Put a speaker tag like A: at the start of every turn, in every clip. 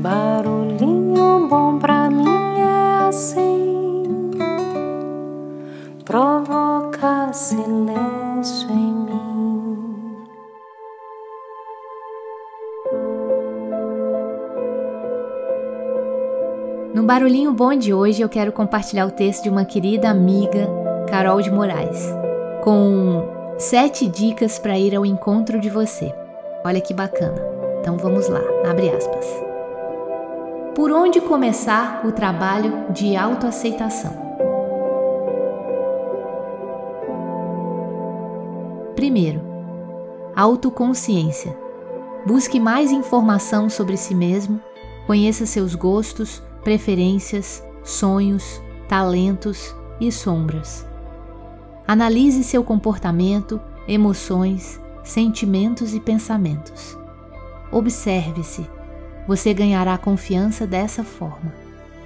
A: Barulhinho bom pra mim é assim, provoca silêncio em mim.
B: No Barulhinho Bom de hoje eu quero compartilhar o texto de uma querida amiga, Carol de Moraes, com 7 dicas para ir ao encontro de você. Olha que bacana. Então vamos lá, abre aspas. Por onde começar o trabalho de autoaceitação? Primeiro, autoconsciência. Busque mais informação sobre si mesmo, conheça seus gostos, preferências, sonhos, talentos e sombras. Analise seu comportamento, emoções, sentimentos e pensamentos. Observe-se. Você ganhará confiança dessa forma.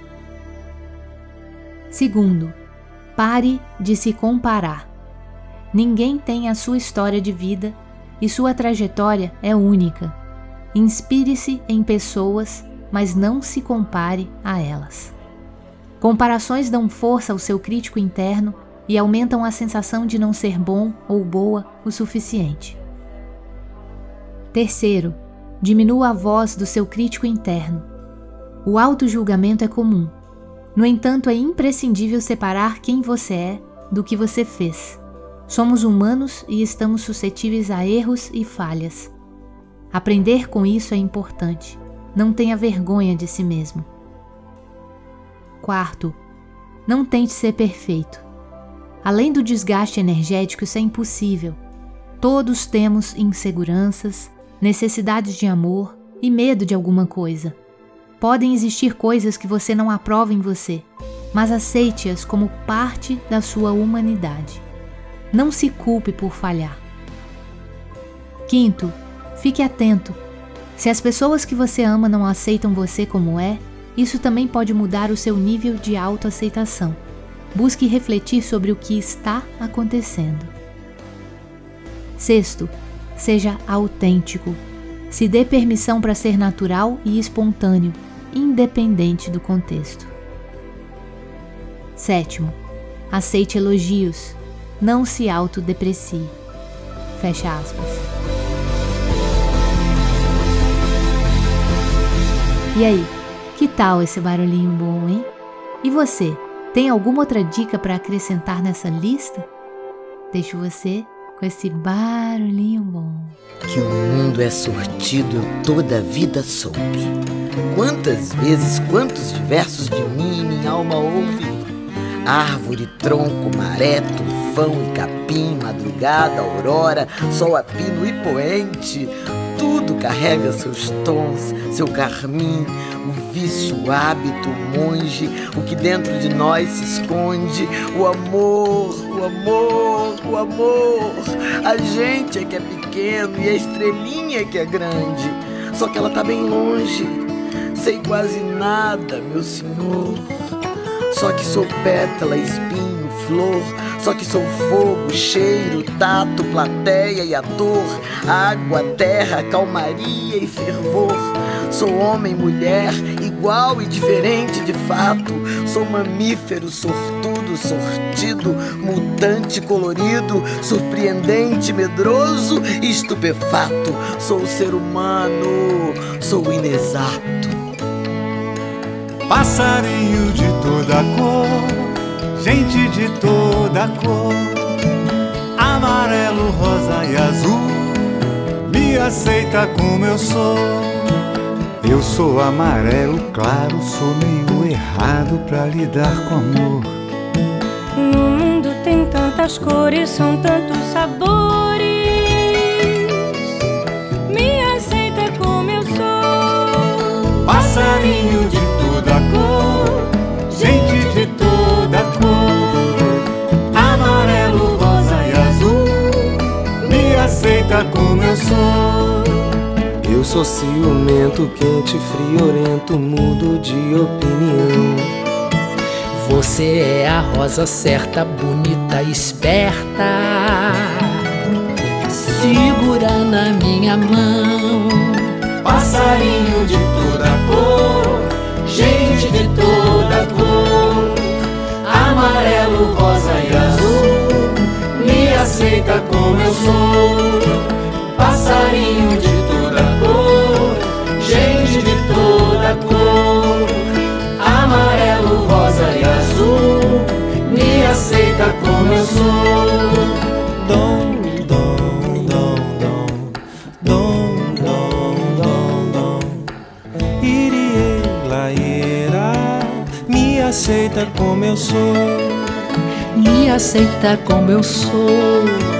B: Segundo, pare de se comparar. Ninguém tem a sua história de vida e sua trajetória é única. Inspire-se em pessoas, mas não se compare a elas. Comparações dão força ao seu crítico interno e aumentam a sensação de não ser bom ou boa o suficiente. Terceiro, diminua a voz do seu crítico interno. O autojulgamento é comum. No entanto, é imprescindível separar quem você é do que você fez. Somos humanos e estamos suscetíveis a erros e falhas. Aprender com isso é importante. Não tenha vergonha de si mesmo. Quarto, não tente ser perfeito. Além do desgaste energético, isso é impossível. Todos temos inseguranças, necessidades de amor e medo de alguma coisa. Podem existir coisas que você não aprova em você, mas aceite-as como parte da sua humanidade. Não se culpe por falhar. Quinto, fique atento. Se as pessoas que você ama não aceitam você como é, isso também pode mudar o seu nível de autoaceitação. Busque refletir sobre o que está acontecendo. Sexto, seja autêntico. Se dê permissão para ser natural e espontâneo, independente do contexto. Sétimo, aceite elogios. Não se autodeprecie. Fecha aspas. E aí, que tal esse barulhinho bom, hein? E você, tem alguma outra dica para acrescentar nessa lista? Deixo você com esse barulhinho bom.
C: Que o mundo é sortido, eu toda a vida soube. Quantas vezes, quantos diversos de mim minha alma ouve. Árvore, tronco, maré, tufão e capim, madrugada, aurora, sol a pino e poente. Tudo carrega seus tons, seu carmim, o vício, o hábito, o monge, o que dentro de nós se esconde, o amor, o amor, o amor. A gente é que é pequeno e a estrelinha é que é grande, só que ela tá bem longe, sei quase nada, meu senhor. Só que sou pétala, espinho, flor. Só que sou fogo, cheiro, tato, plateia e ator. Água, terra, calmaria e fervor. Sou homem, mulher, igual e diferente de fato. Sou mamífero, sortudo, sortido, mutante, colorido, surpreendente, medroso e estupefato. Sou ser humano, sou inexato.
D: Passarinho de toda cor, gente de toda cor, amarelo, rosa e azul, me aceita como eu sou. Eu sou amarelo claro, sou meio errado pra lidar com amor.
A: No mundo tem tantas cores, são tantos sabores, me aceita como eu sou.
D: Passarinho de toda cor, gente de toda cor, amarelo, rosa e azul, me aceita como eu sou.
E: Eu sou ciumento, quente, friorento, mudo de opinião.
F: Você é a rosa certa, bonita, esperta, segura na minha mão.
D: Passarinho de toda cor,
E: aceita como eu sou.
F: Me aceita como eu sou.